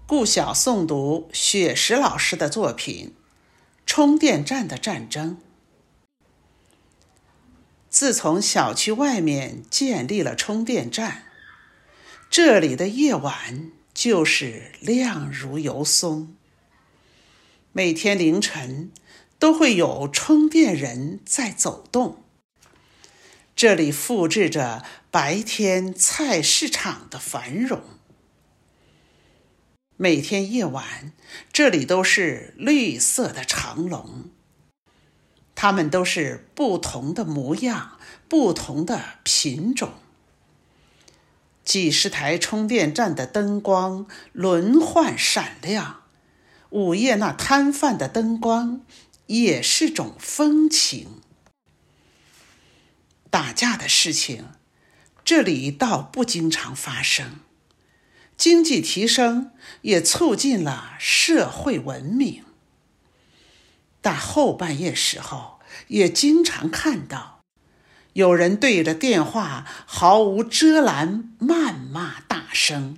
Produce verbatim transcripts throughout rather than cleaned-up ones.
顾晓诵读雪石老师的作品《充电站的战争》。自从小区外面建立了充电站，这里的夜晚就是亮如油松。每天凌晨都会有充电人在走动，这里复制着白天菜市场的繁荣。每天夜晚，这里都是绿色的长龙，它们都是不同的模样，不同的品种。几十台充电站的灯光轮换闪亮，午夜那摊贩的灯光也是种风情。打架的事情，这里倒不经常发生。经济提升也促进了社会文明，但后半夜时候也经常看到有人对着电话毫无遮拦谩骂大声。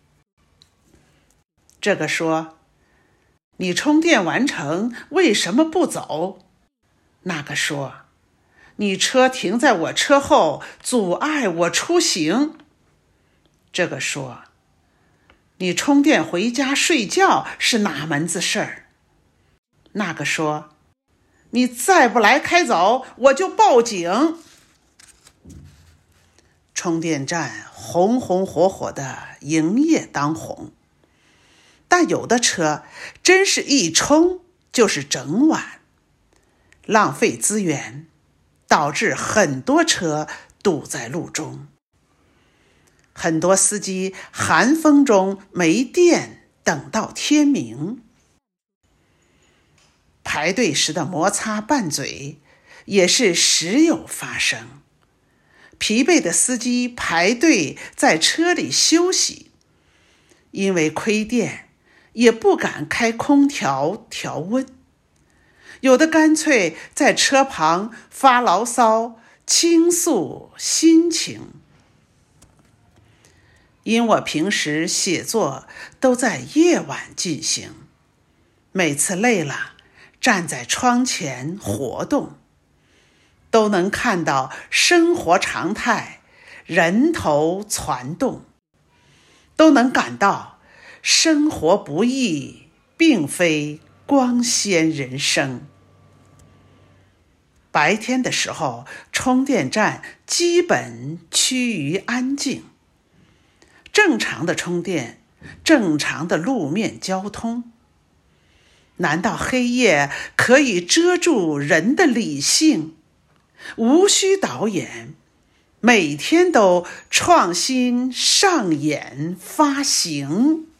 这个说：“你充电完成为什么不走？”那个说：“你车停在我车后，阻碍我出行。”这个说：“你充电回家睡觉是哪门子事儿？”那个说：“你再不来开走，我就报警。”充电站红红火火的营业当红，但有的车真是一充就是整晚，浪费资源，导致很多车堵在路中。很多司机寒风中没电，等到天明。排队时的摩擦拌嘴也是时有发生。疲惫的司机排队在车里休息，因为亏电也不敢开空调调温，有的干脆在车旁发牢骚倾诉心情。因我平时写作都在夜晚进行，每次累了，站在窗前活动，都能看到生活常态，人头攒动，都能感到生活不易，并非光鲜人生。白天的时候，充电站基本趋于安静。正常的充电，正常的路面交通，难道黑夜可以遮住人的理性？无需导演，每天都创新上演发行。